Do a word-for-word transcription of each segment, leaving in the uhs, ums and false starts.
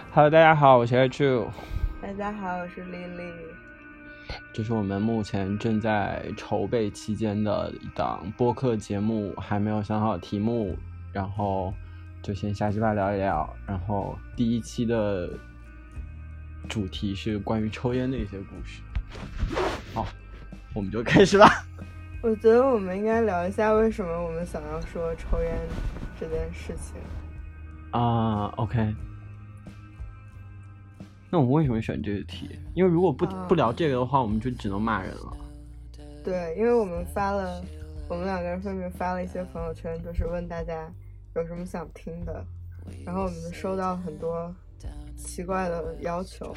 Hello， 大家好，我是 H。 大家好，我是丽丽。 这是我们目前正在筹备期间的一档播客节目，还没有想好题目，然后就先瞎鸡巴聊一聊。然后第一期的主题是关于抽烟的一些故事。好，我们就开始吧。 我觉得我们应该聊一下为什么我们想要说抽烟这件事情。 啊、uh, ，OK。那我们为什么选这个题？因为如果不、uh, 不聊这个的话，我们就只能骂人了。 对，因为我们发了，我们两个人分别发了一些朋友圈，就是问大家有什么想听的，然后我们收到很多奇怪的要求，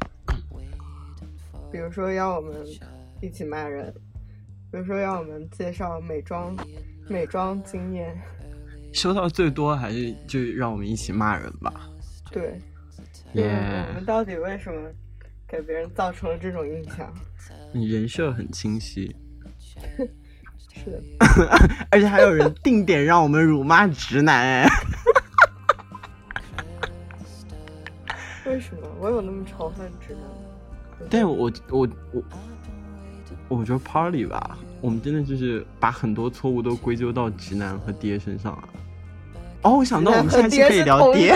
比如说要我们一起骂人，比如说要我们介绍美妆美妆经验。 收到最多还是就让我们一起骂人吧。 对。 Yeah. 我们到底为什么给别人造成了这种印象？ 你人设很清晰。 是的。 而且还有人定点让我们辱骂直男哎。 为什么？我有那么仇恨直男？ 但我我我我觉得 Party 吧，我们真的就是把很多错误都归咎到直男和爹身上了。哦，我想到我们下期可以聊爹。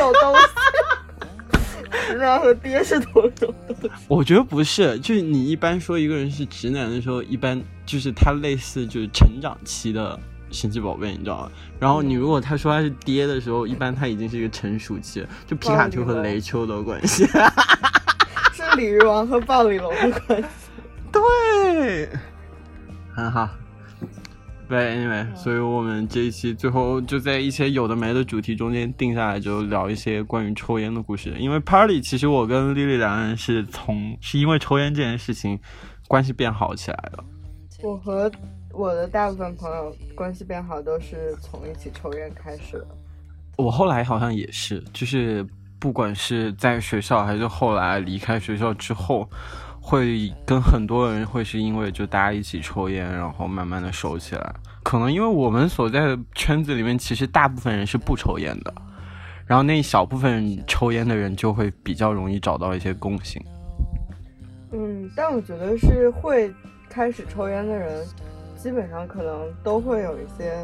直男和爹是同一种东西。我觉得不是，就是你一般说一个人是直男的时候，一般就是他类似就是成长期的神奇宝贝，你知道吗？然后你如果他说他是爹的时候，一般他已经是一个成熟期了，就皮卡丘和雷丘的关系。 是鲤鱼王和暴鲤龙的关系。 对，很好。对 ，anyway， 所以我们这一期最后就在一些有的没的主题中间定下来，就聊一些关于抽烟的故事。因为 Party 其实我跟丽丽两个人是从是因为抽烟这件事情关系变好起来的。 我和我的大部分朋友关系变好都是从一起抽烟开始的。 我后来好像也是，就是不管是在学校还是后来离开学校之后，会跟很多人会是因为就大家一起抽烟，然后慢慢的熟起来。可能因为我们所在的圈子里面其实大部分人是不抽烟的，然后那一小部分抽烟的人就会比较容易找到一些共性。 嗯，但我觉得是会开始抽烟的人基本上可能都会有一些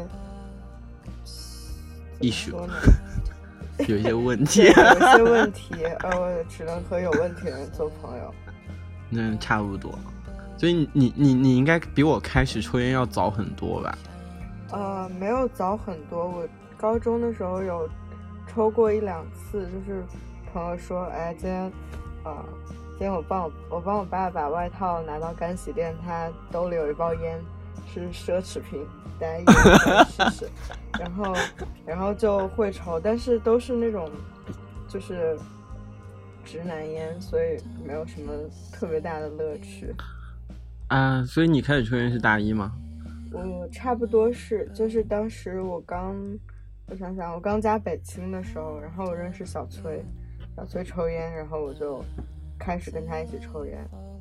艺术有一些问题。 有一些问题而我只能和有问题的人做朋友。 那差不多，所以你你你应该比我开始抽烟要早很多吧？ 呃，没有早很多，我高中的时候有抽过一两次，就是朋友说，哎，今天，呃，今天我帮我我帮我爸把外套拿到干洗店，他兜里有一包烟，是奢侈品，大家一起试试，然后然后就会抽，但是都是那种，就是。直男烟，所以没有什么特别大的乐趣啊。所以你开始抽烟是大一吗？ 我差不多是，就是当时我刚，我想想，我刚加北清的时候，然后我认识小崔，小崔抽烟，然后我就开始跟他一起抽烟。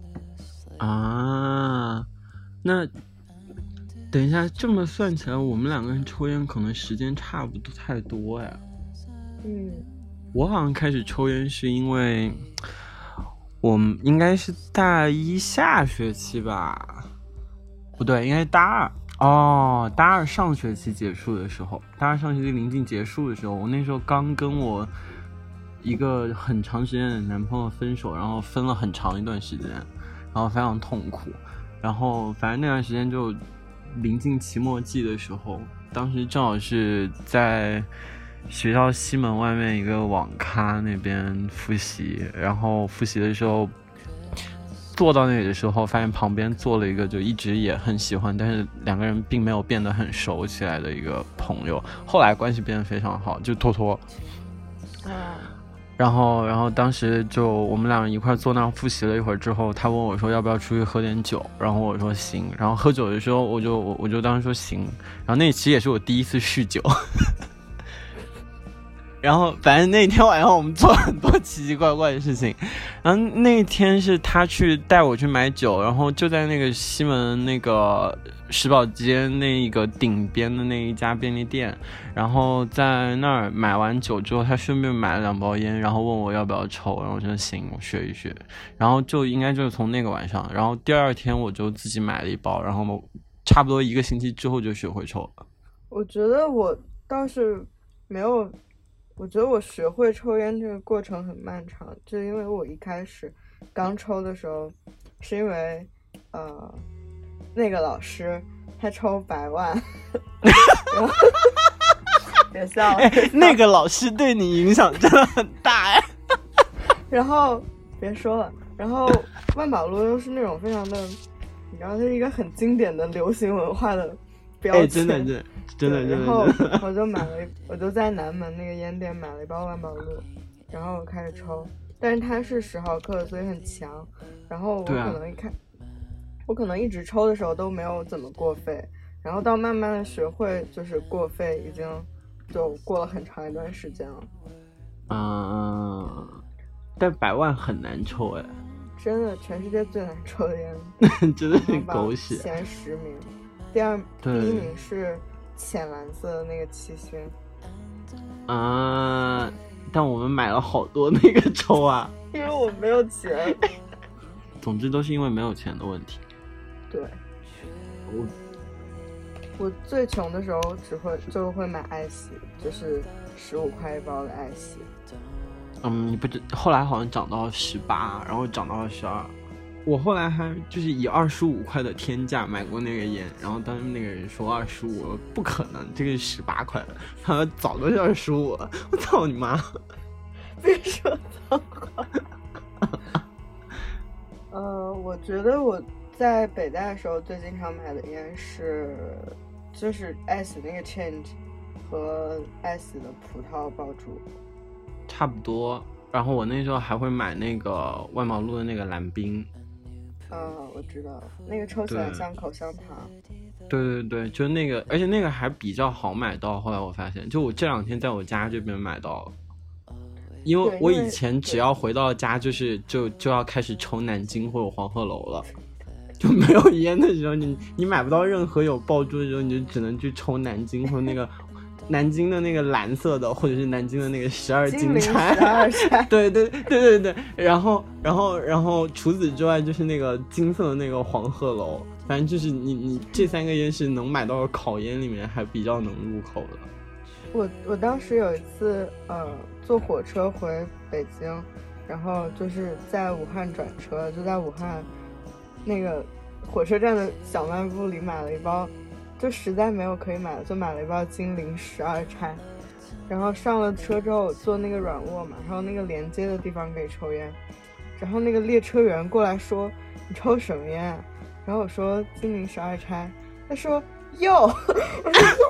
啊，那等一下，这么算起来，我们两个人抽烟可能时间差不多太多呀。 嗯。 我好像开始抽烟是因为我应该是大一下学期吧，不对，应该是大二哦，大二上学期结束的时候，大二上学期临近结束的时候，我那时候刚跟我一个很长时间的男朋友分手，然后分了很长一段时间，然后非常痛苦，然后反正那段时间就临近期末季的时候，当时正好是在学校西门外面一个网咖那边复习，然后复习的时候坐到那里的时候，发现旁边坐了一个就一直也很喜欢，但是两个人并没有变得很熟起来的一个朋友，后来关系变得非常好，就托托。然后然后当时就我们两人一块坐那儿复习了一会儿之后，他问我说要不要出去喝点酒，然后我说行，然后喝酒的时候我就我我就当时说行，然后那其实也是我第一次酗酒。 然后反正那天晚上我们做了很多奇奇怪怪的事情，然后那天是他去带我去买酒，然后就在那个西门那个石宝街那个顶边的那一家便利店，然后在那儿买完酒之后，他顺便买了两包烟，然后问我要不要抽，然后我说行，我学一学，然后就应该就是从那个晚上，然后第二天我就自己买了一包，然后差不多一个星期之后就学会抽了。 我觉得我倒是没有，我觉得我学会抽烟这个过程很漫长，就因为我一开始刚抽的时候，是因为呃那个老师他抽百万，然后别笑了， 哎，那个老师对你影响真的很大哎。 然后别说了，然后万宝路又是那种非常的，你知道，它是一个很经典的流行文化的标签， 哎，真的真的真的真的。 然后我就买了，我就在南门那个烟店买了一包万宝路，然后我开始抽，但是它是十毫克，所以很强。然后我可能一看，啊、我可能一直抽的时候都没有怎么过肺，然后到慢慢的学会就是过肺，已经就过了很长一段时间了。 嗯，但百万很难抽哎， 真的，全世界最难抽的烟， 真的是狗血。 前十名，第二第一名是浅蓝色的那个七星。 啊，但我们买了好多那个抽啊， 因为我没有钱。 总之都是因为没有钱的问题。 对， 我我最穷的时候只会就会买爱惜，就是十五块一包的爱惜。 嗯，你不知后来好像涨到十八，然后涨到了十二。我后来还就是以二十五块的天价买过那个烟，然后当时那个人说二十五，不可能，这个是十八块的，他说早都是二十五了。我操你妈！ 别说脏话。呃，我觉得我在北大的时候最经常买的烟是，就是爱死那个 Change 和爱死的葡萄爆珠， 差不多。然后我那时候还会买那个万宝路的那个蓝冰。 呃，我知道那个抽起来像口香糖。 对对对，就那个，而且那个还比较好买到。后来我发现，就我这两天在我家这边买到了。因为我以前只要回到家就是就就要开始抽南京或者黄鹤楼了，就没有烟的时候，你你买不到任何有爆珠的时候，你就只能去抽南京或者那个南京的那个蓝色的，或者是南京的那个十二金钗。对对对对对，然后然后然后除此之外就是那个金色的那个黄鹤楼，反正就是你你这三个烟是能买到烤烟里面还比较能入口的。 我我当时有一次呃坐火车回北京，然后就是在武汉转车，就在武汉那个火车站的小卖部里买了一包，就实在没有可以买的，就买了一包金陵十二钗。然后上了车之后坐那个软卧嘛，然后那个连接的地方可以抽烟，然后那个列车员过来说你抽什么烟啊？然后我说金陵十二钗，他说哟，我说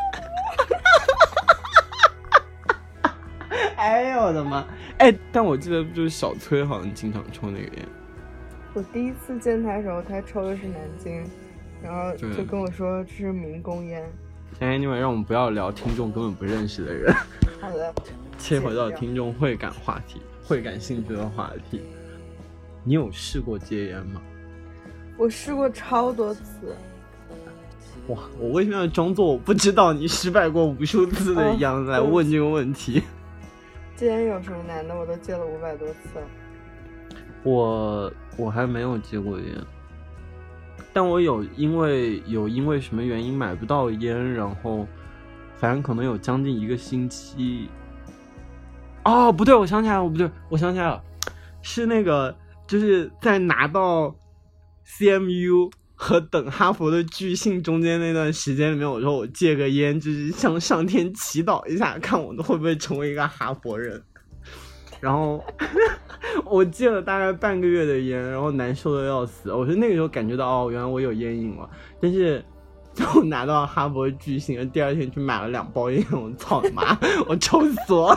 哎呦我的妈！哎，但我记得就是小崔好像经常抽那个烟。 我第一次见他的时候，他抽的是南京，然后就跟我说这是民工烟。 Anyway， 让我们不要聊听众根本不认识的人。 好的， 切回到听众会感话题，会感兴趣的话题。你有试过戒烟吗？ 我试过超多次。 哇，我为什么要装作我不知道你失败过无数次的样子来问这个问题？ 戒烟有什么难的？我都戒了五百多次了。 我我还没有戒过烟，但我有因为有因为什么原因买不到烟，然后反正可能有将近一个星期。哦，不对，我想起来了，不对，我想起来了，是那个就是在拿到 C M U 和等哈佛的拒信中间那段时间里面，我说我戒个烟，就是向上天祈祷一下，看我会不会成为一个哈佛人。然后我戒了大概半个月的烟，然后难受的要死。我说那个时候感觉到哦，原来我有烟瘾了。但是就拿到哈佛拒信，第二天去买了两包烟，我操你妈，我抽死我！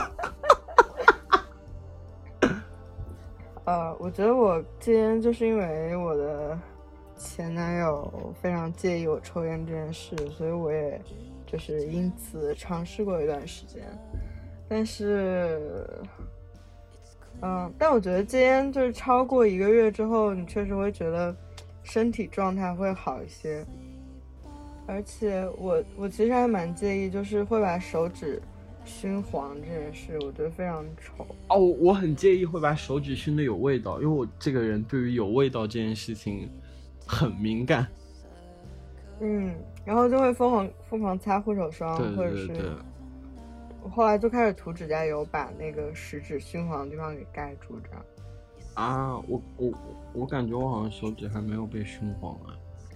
呃，我觉得我戒烟就是因为我的前男友非常介意我抽烟这件事，所以我也就是因此尝试过一段时间。 但是，嗯，但我觉得戒烟就是超过一个月之后，你确实会觉得身体状态会好一些。而且我我其实还蛮介意，就是会把手指熏黄这件事，我觉得非常丑。 哦，我很介意会把手指熏得有味道，因为我这个人对于有味道这件事情很敏感。 嗯，然后就会疯狂疯狂擦护手霜， 对对对对， 或者是我后来就开始涂指甲油，把那个食指熏黄的地方给盖住，这样。 啊，我我我感觉我好像手指还没有被熏黄啊。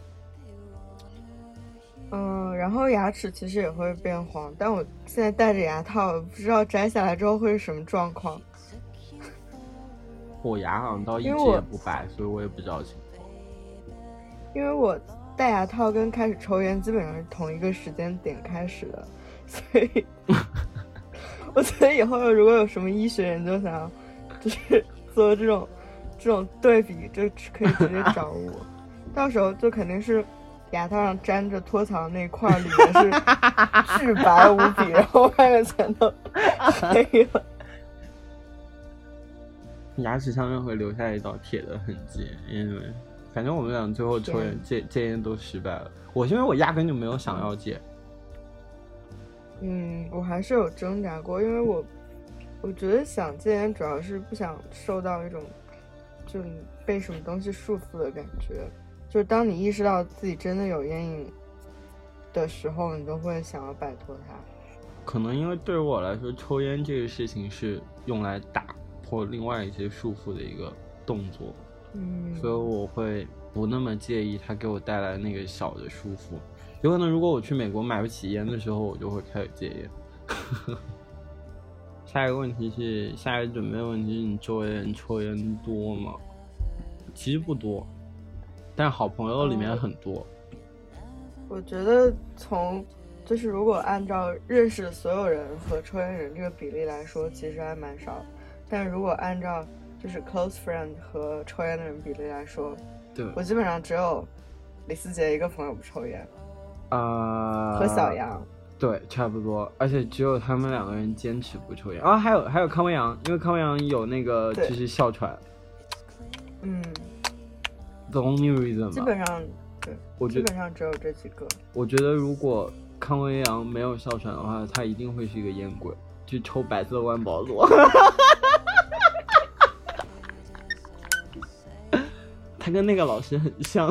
嗯，然后牙齿其实也会变黄，但我现在戴着牙套，不知道摘下来之后会是什么状况。 我牙好像到一直也不白，所以我也不知道情况。 因为我戴牙套跟开始抽烟基本上是同一个时间点开始的，所以我觉得以后如果有什么医学研究想要就是做这种这种对比，就可以直接找我。到时候就肯定是牙套上粘着脱槽那块里面是巨白无比，然后外面全都黑了。 牙齿上面会留下一道铁的痕迹，因为反正我们俩最后抽烟戒戒烟都失败了。我是因为我压根就没有想要戒。 嗯，我还是有挣扎过，因为我我觉得想戒烟主要是不想受到一种就被什么东西束缚的感觉。就是当你意识到自己真的有烟瘾的时候，你都会想要摆脱它。 可能因为对于我来说，抽烟这个事情是用来打破另外一些束缚的一个动作， 嗯， 所以我会不那么介意它给我带来那个小的束缚。有可能如果我去美国买不起烟的时候，我就会开始戒烟。下一个问题是，下一个准备的问题是你周围人抽烟多吗？其实不多，但好朋友里面很多。 嗯、我觉得从就是如果按照认识的所有人和抽烟人这个比例来说，其实还蛮少。但如果按照就是 close friend 和抽烟的人比例来说， 对， 我基本上只有李思杰一个朋友不抽烟， 呃， 和小杨。 对，差不多，而且只有他们两个人坚持不抽烟啊。还有还有康威阳，因为康威阳有那个就是哮喘。 嗯 ，the only reason 吧。 基本上对， 我觉得基本上只有这几个。 我觉得如果康威阳没有哮喘的话，他一定会是一个烟鬼，就抽白色万宝路。他跟那个老师很像。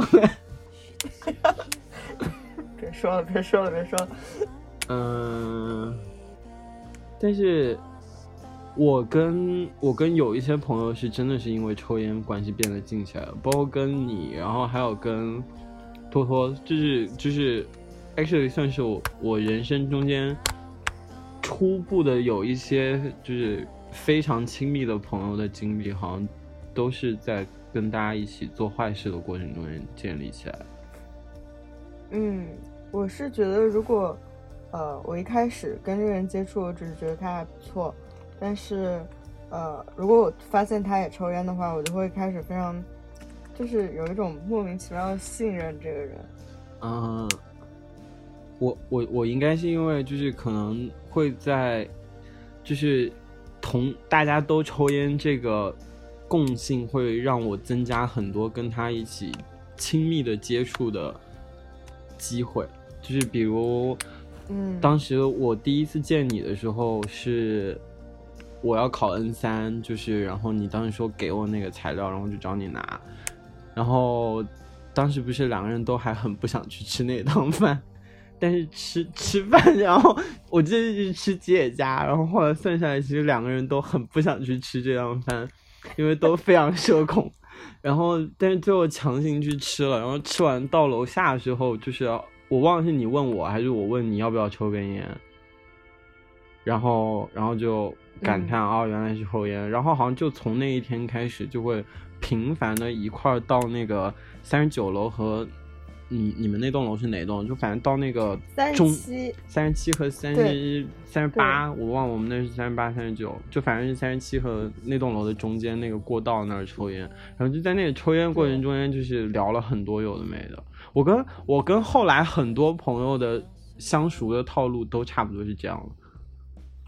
别说了，别说了，别说了。 嗯，但是我跟我跟有一些朋友是真的是因为抽烟关系变得近起来了，包括跟你，然后还有跟托托，就是就是 actually 算是我我人生中间初步的有一些就是非常亲密的朋友的经历，好像都是在跟大家一起做坏事的过程中间建立起来。 嗯，我是觉得如果呃我一开始跟这个人接触，我只是觉得他还不错，但是呃如果我发现他也抽烟的话，我就会开始非常就是有一种莫名其妙的信任这个人。 嗯，我我我应该是因为就是可能会在就是同大家都抽烟这个共性会让我增加很多跟他一起亲密的接触的机会，就是比如嗯， 当时我第一次见你的时候是我要考 N 三， 就是然后你当时说给我那个材料，然后就找你拿，然后当时不是两个人都还很不想去吃那趟饭，但是吃吃饭，然后我记得是吃吉野家，然后后来算下来，其实两个人都很不想去吃这趟饭，因为都非常社恐。然后，但是最后强行去吃了，然后吃完到楼下的时候，就是我忘了是你问我还是我问你要不要抽根烟，然后，然后就感叹啊、嗯哦，原来是抽烟。然后好像就从那一天开始，就会频繁的一块到那个三十九楼和。你你们那栋楼是哪栋？就反正到那个中三十七、 三十七和三十三十八，我忘了我们那是三十八、三十九，就反正是三十七和那栋楼的中间那个过道那儿抽烟，然后就在那里抽烟过程中间，就是聊了很多有的没的。我跟我跟后来很多朋友的相熟的套路都差不多是这样的。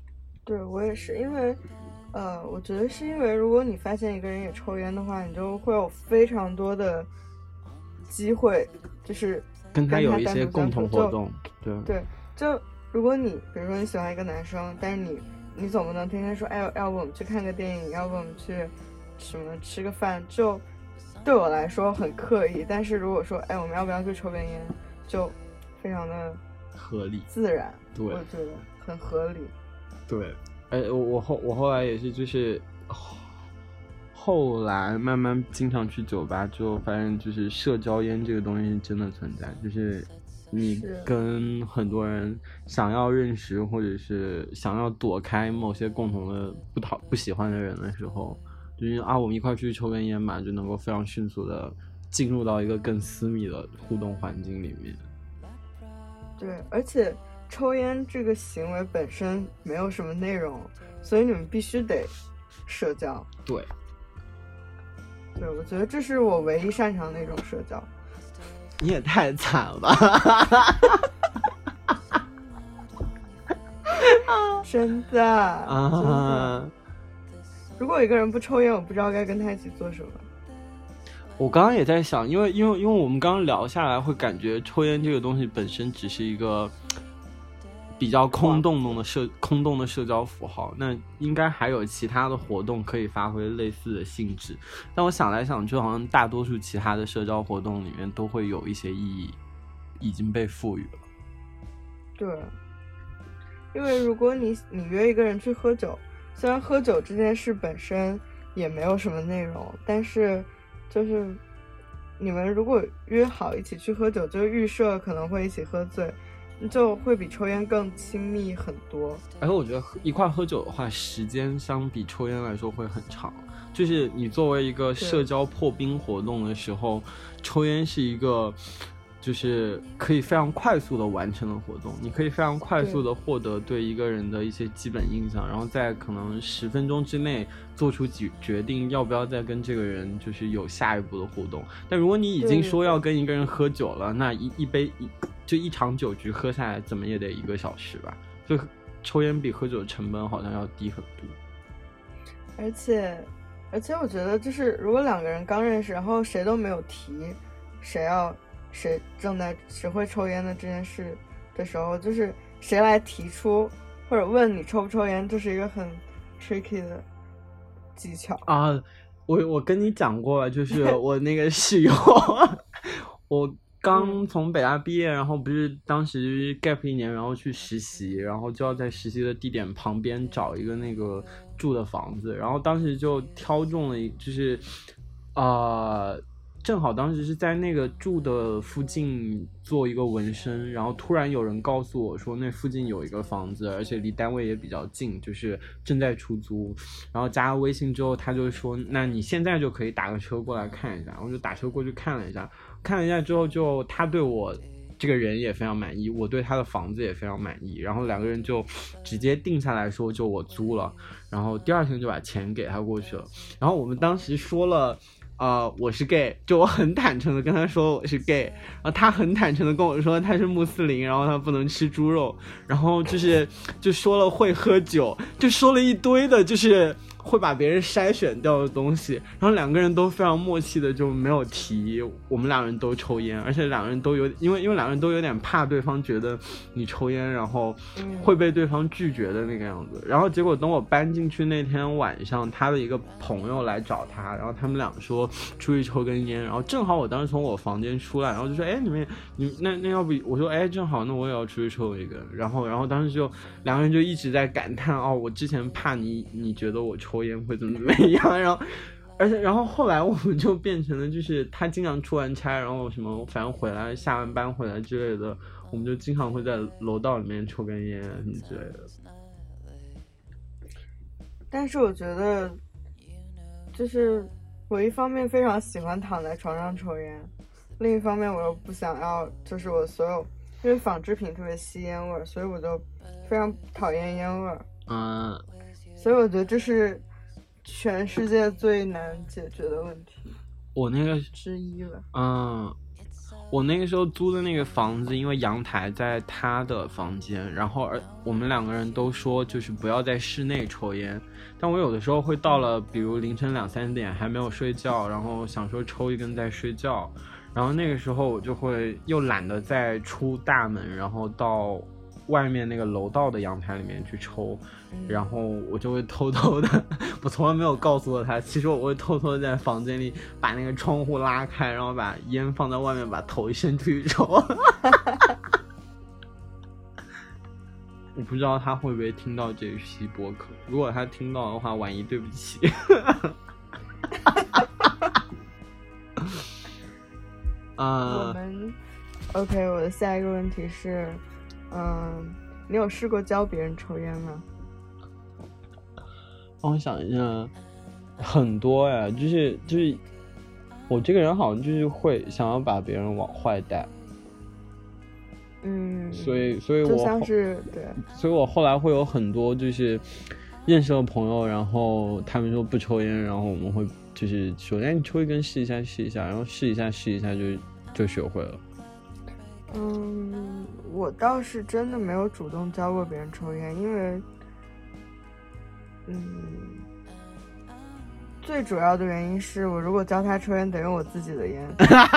对，我也是，因为呃，我觉得是因为如果你发现一个人也抽烟的话，你就会有非常多的机会，就是跟他有一些单独共同相处活动。对对，就如果你比如说你喜欢一个男生，但是你你总不能天天说，哎，要不我们去看个电影，要不我们去什么吃个饭，就对我来说很刻意。但是如果说，哎，我们要不要去抽根烟，就非常的合理自然， 对， 我觉得很合理。 对，呃，我后我后来也是，就是后来慢慢经常去酒吧之后，发现就是社交烟这个东西真的存在，就是你跟很多人想要认识或者是想要躲开某些共同的不讨不喜欢的人的时候，就是啊，我们一块去抽根烟嘛，就能够非常迅速的进入到一个更私密的互动环境里面。 对，而且抽烟这个行为本身没有什么内容，所以你们必须得社交。 对， 对，我觉得这是我唯一擅长的一种社交。 你也太惨了吧！ 真的啊！ 真的，如果一个人不抽烟，我不知道该跟他一起做什么。 我刚刚也在想，因为因为因为我们刚刚聊下来，会感觉抽烟这个东西本身只是一个比较空洞的社空洞的社交符号，那应该还有其他的活动可以发挥类似的性质。但我想来想去，好像大多数其他的社交活动里面都会有一些意义已经被赋予了。 对，因为如果你你约一个人去喝酒，虽然喝酒这件事本身也没有什么内容，但是就是你们如果约好一起去喝酒，就预设可能会一起喝醉，就会比抽烟更亲密很多。 而且我觉得一块喝酒的话，时间相比抽烟来说会很长。就是你作为一个社交破冰活动的时候，抽烟是一个就是可以非常快速的完成的活动，你可以非常快速的获得对一个人的一些基本印象，然后在可能十分钟之内做出决定要不要再跟这个人就是有下一步的互动。但如果你已经说要跟一个人喝酒了，那一一杯一就一场酒局喝下来怎么也得一个小时吧，就抽烟比喝酒的成本好像要低很多。 而且而且我觉得就是如果两个人刚认识，然后谁都没有提谁要谁正在谁会抽烟的这件事的时候，就是谁来提出或者问你抽不抽烟，这是一个很 tricky 的技巧啊。我我跟你讲过了，就是我那个室友我刚从北大毕业，然后不是当时 gap 一年，然后去实习，然后就要在实习的地点旁边找一个那个住的房子，然后当时就挑中了，就是呃正好当时是在那个住的附近做一个纹身，然后突然有人告诉我说那附近有一个房子，而且离单位也比较近，就是正在出租。然后加了微信之后，他就说那你现在就可以打个车过来看一下。我就打车过去看了一下，看了一下之后，就他对我这个人也非常满意，我对他的房子也非常满意，然后两个人就直接定下来说就我租了，然后第二天就把钱给他过去了。然后我们当时说了呃，我是 gay， 就我很坦诚的跟他说我是 gay， 然后他很坦诚的跟我说他是穆斯林，然后他不能吃猪肉，然后就是就说了会喝酒，就说了一堆的就是会把别人筛选掉的东西，然后两个人都非常默契的就没有提我们两人都抽烟，而且两个人都有因为因为两个人都有点怕对方觉得你抽烟然后会被对方拒绝的那个样子。然后结果等我搬进去那天晚上，他的一个朋友来找他，然后他们俩说出去抽根烟，然后正好我当时从我房间出来，然后就说哎你们你那那要不我说哎正好那我也要出去抽一根，然后然后当时就两个人就一直在感叹哦我之前怕你你觉得我抽烟会怎么怎么样，然后而且然后后来我们就变成了就是他经常出完差然后什么反正回来下完班回来之类的，我们就经常会在楼道里面抽根烟什么之类的。 但是我觉得就是我一方面非常喜欢躺在床上抽烟，另一方面我又不想要就是我所有因为纺织品特别吸烟味，所以我就非常讨厌烟味。 嗯， 所以我觉得这是全世界最难解决的问题， 我那个之一了。 嗯， 我那个时候租的那个房子，因为阳台在他的房间，然后而我们两个人都说就是不要在室内抽烟，但我有的时候会到了比如凌晨两三点还没有睡觉，然后想说抽一根再睡觉，然后那个时候我就会又懒得再出大门，然后到外面那个楼道的阳台里面去抽，然后我就会偷偷的，我从来没有告诉过他，其实我会偷偷的在房间里把那个窗户拉开，然后把烟放在外面，把头一伸出去抽。我不知道他会不会听到这一期播客，如果他听到的话，万一对不起。 我们 OK， 我的下一个问题是，嗯，你有试过教别人抽烟吗？ 让我想一下，很多呀，就是就是我这个人好像就是会想要把别人往坏带， 嗯， 所以所以我就像是对， 所以我后来会有很多就是认识的朋友，然后他们说不抽烟，然后我们会就是说，哎，你抽一根试一下试一下，然后试一下试一下就就学会了。 嗯，我倒是真的没有主动教过别人抽烟，因为嗯，最主要的原因是我如果教他抽烟得用我自己的烟。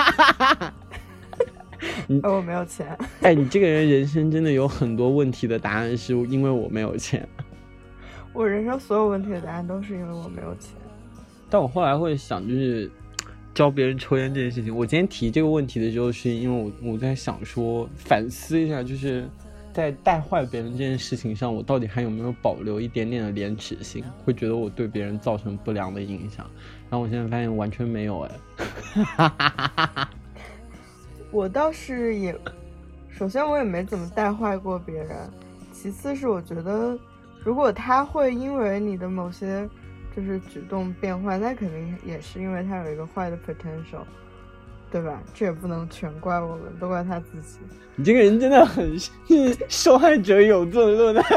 而我没有钱。 哎，你这个人人生真的有很多问题的答案是因为我没有钱。 我人生所有问题的答案都是因为我没有钱。 但我后来会想，就是教别人抽烟这件事情，我今天提这个问题的时候是因为我我在想说反思一下，就是在带坏别人这件事情上，我到底还有没有保留一点点的廉耻心，会觉得我对别人造成不良的影响，然后我现在发现完全没有。哎， 我倒是也，首先我也没怎么带坏过别人，其次是我觉得如果他会因为你的某些就是举动变坏，那肯定也是因为他有一个坏的 potential， 对吧？这也不能全怪我们，都怪他自己。 你这个人真的很受害者有罪论啊。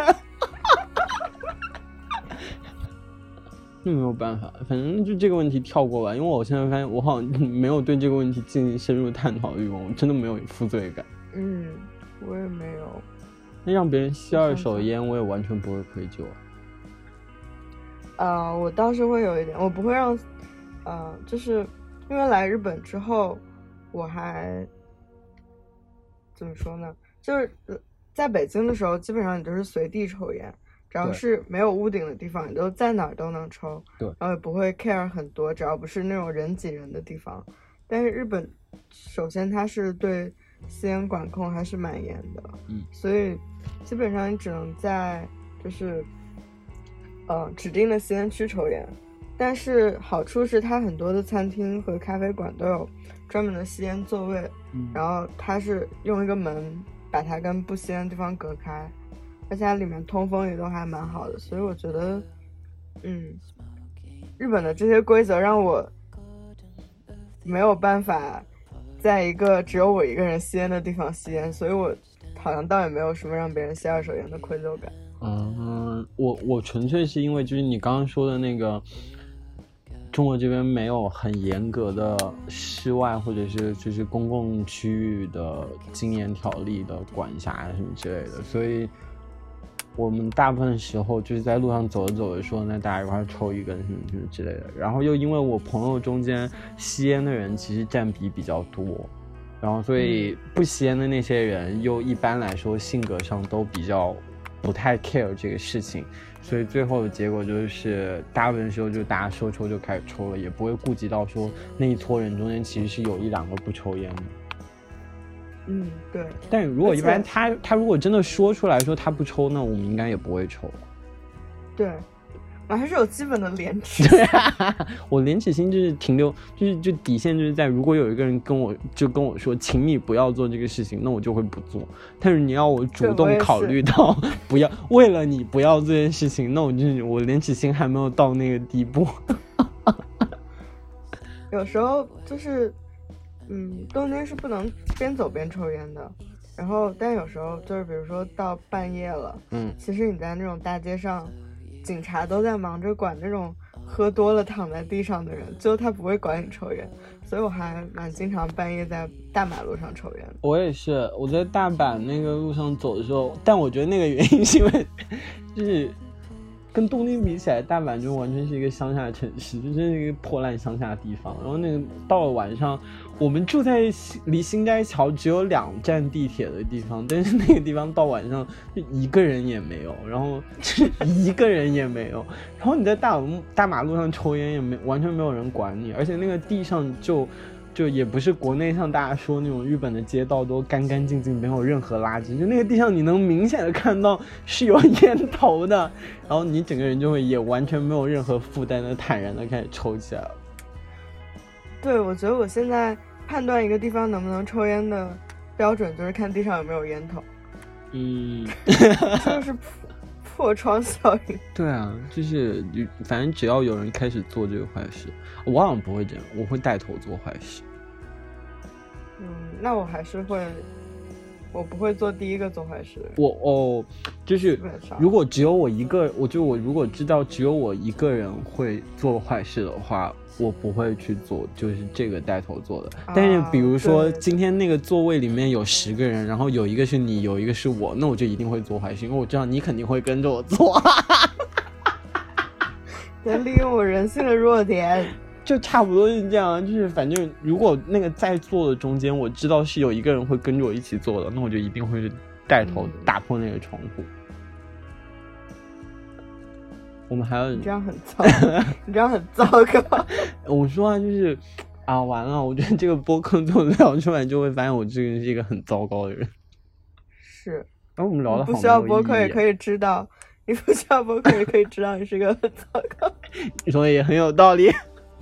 那没有办法，反正就这个问题跳过吧，因为我现在发现我好像没有对这个问题进行深入探讨欲望，我真的没有负罪感。 嗯，我也没有。 那让别人吸二手烟，我也完全不会愧疚。 呃，我倒是会有一点，我不会让，呃，就是因为来日本之后，我还怎么说呢？就是在北京的时候，基本上你就是随地抽烟。只要是没有屋顶的地方，你都在哪儿都能抽， 对， 然后也不会 care 很多，只要不是那种人挤人的地方。但是日本，首先它是对吸烟管控还是蛮严的， 嗯， 所以基本上你只能在就是呃指定的吸烟区抽烟。但是好处是它很多的餐厅和咖啡馆都有专门的吸烟座位， 嗯， 然后它是用一个门把它跟不吸烟的地方隔开。而且它里面通风也都还蛮好的，所以我觉得，嗯，日本的这些规则让我没有办法在一个只有我一个人吸烟的地方吸烟，所以我好像倒也没有什么让别人吸二手烟的愧疚感。 嗯，我我纯粹是因为就是你刚刚说的那个，中国这边没有很严格的室外或者是就是公共区域的禁烟条例的管辖什么之类的，所以我们大部分时候就是在路上走着走着说那大家一块抽一根什么什么之类的，然后又因为我朋友中间吸烟的人其实占比比较多，然后所以不吸烟的那些人又一般来说性格上都比较不太 care 这个事情，所以最后的结果就是大部分时候就大家说抽就开始抽了，也不会顾及到说那一撮人中间其实是有一两个不抽烟的。 嗯，对。 但如果一般他他如果真的说出来说他不抽，那我们应该也不会抽。 对，我还是有基本的廉耻。 对啊，我廉耻心就是停留，就是就底线就是在，如果有一个人跟我就跟我说，请你不要做这个事情，那我就会不做。但是你要我主动考虑到不要，为了你不要这件事情，那我就我廉耻心还没有到那个地步。 有时候就是。嗯，东京是不能边走边抽烟的，然后但有时候就是比如说到半夜了， 嗯， 其实你在那种大街上，警察都在忙着管那种喝多了躺在地上的人，最后他不会管你抽烟， 所以我还蛮经常半夜在大马路上抽烟的。 我也是，我在大阪那个路上走的时候，但我觉得那个原因是因为就是跟东京比起来，大阪就完全是一个乡下城市，就是一个破烂乡下地方。然后那个到了晚上，我们住在离新斋桥只有两站地铁的地方，但是那个地方到晚上就一个人也没有，然后就是一个人也没有。然后你在大马大马路上抽烟也没完全没有人管你，而且那个地上就。就也不是国内像大家说那种日本的街道都干干净净没有任何垃圾，就那个地上你能明显的看到是有烟头的，然后你整个人就会也完全没有任何负担的坦然的开始抽起来了。 对，我觉得我现在判断一个地方能不能抽烟的标准就是看地上有没有烟头。 嗯， 就是破窗效应。 对啊，就是反正只要有人开始做这个坏事，我好像不会这样，我会带头做坏事。 嗯，那我还是会，我不会做第一个做坏事的人。 我哦，就是如果只有我一个，我就我如果知道只有我一个人会做坏事的话，我不会去做，就是这个带头做的。啊、但是比如说今天那个座位里面有十个人，然后有一个是你，有一个是我，那我就一定会做坏事，因为我知道你肯定会跟着我做。 能利用我人性的弱点。 就差不多是这样，就是反正如果那个在座的中间，我知道是有一个人会跟着我一起做的，那我就一定会带头打破那个窗户。嗯、我们还要你这样很糟，你这样很糟糕。 我说啊，就是啊，完了，我觉得这个播客做聊出来，就会发现我这个人是一个很糟糕的人。 是， 然后我们聊的好， 不需要播客也可以知道，你不需要播客也可以知道你是个很糟糕。 你说的也很有道理。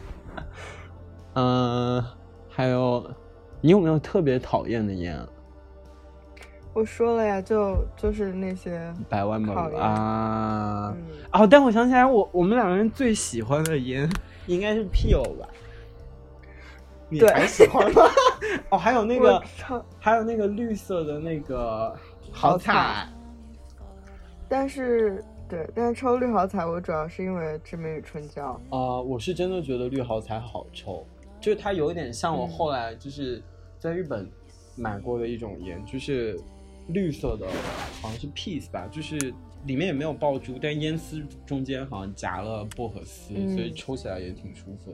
嗯、呃，还有，你有没有特别讨厌的烟？ 我说了呀，就就是那些百万宝啊、嗯、哦，但我想起来我，我我们两个人最喜欢的烟应该是 Peel 吧？你还喜欢吗？哦，还有那个，还有那个绿色的那个好彩。 但是。对，但是抽绿好彩我主要是因为志明与春娇啊、呃，我是真的觉得绿好彩好抽，就是它有点像我后来就是在日本买过的一种烟，嗯、就是绿色的，好像是 Peace 吧，就是里面也没有爆珠，但烟丝中间好像夹了薄荷丝，嗯、所以抽起来也挺舒服的。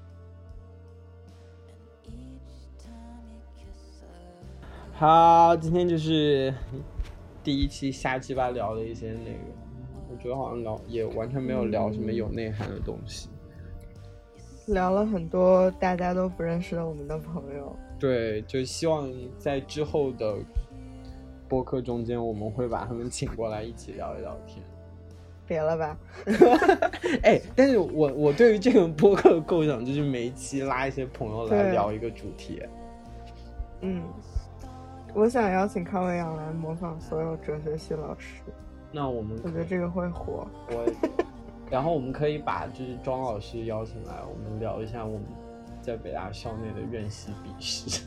好，今天就是第一期瞎鸡巴聊的一些内容。我觉得好像聊也完全没有聊什么有内涵的东西， 嗯、聊了很多大家都不认识的我们的朋友。 对，就希望在之后的播客中间，我们会把他们请过来一起聊一聊天。 别了吧。 哎，但是我我对于这个播客的构想就是每一期拉一些朋友来聊一个主题。 嗯，我想邀请康维阳来模仿所有哲学系老师。 那我们我觉得这个会火。 我，然后我们可以把就是庄老师邀请来，我们聊一下我们在北大校内的院系笔试。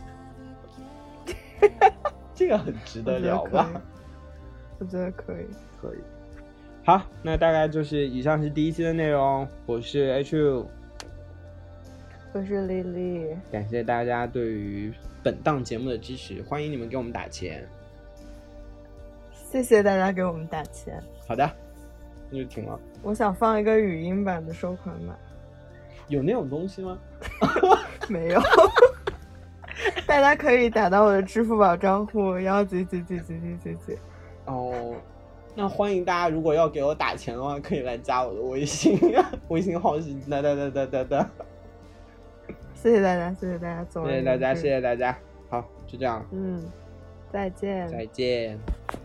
这个很值得聊吧？ 我觉得可以， 可以。好，那大概就是以上是第一期的内容。我是 H U， 我是丽丽。 感谢大家对于本档节目的支持，欢迎你们给我们打钱。 谢谢大家给我们打钱。 好的，那就停了。 我想放一个语音版的收款码。 有那种东西吗？ 没有。大家可以打到我的支付宝账户幺几几几几几几几。 哦，那欢迎大家，如果要给我打钱的话，可以来加我的微信，微信号是哒哒哒哒哒哒。 谢谢大家，谢谢大家， 谢谢大家，谢谢大家。好，就这样。 嗯，再见。 再见。